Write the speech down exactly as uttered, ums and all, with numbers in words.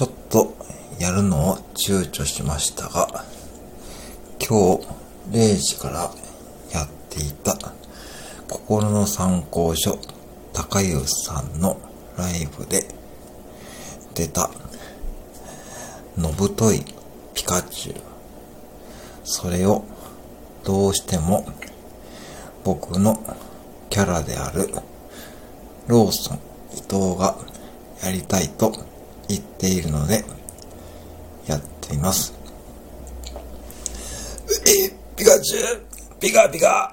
ちょっとやるのを躊躇しましたが、今日れいじからやっていた心の参考書高優さんのライブで出たのぶといピカチュウ、それをどうしても僕のキャラであるローソン伊藤がやりたいと言っているのでやっています。え、ピカチュウピカピカ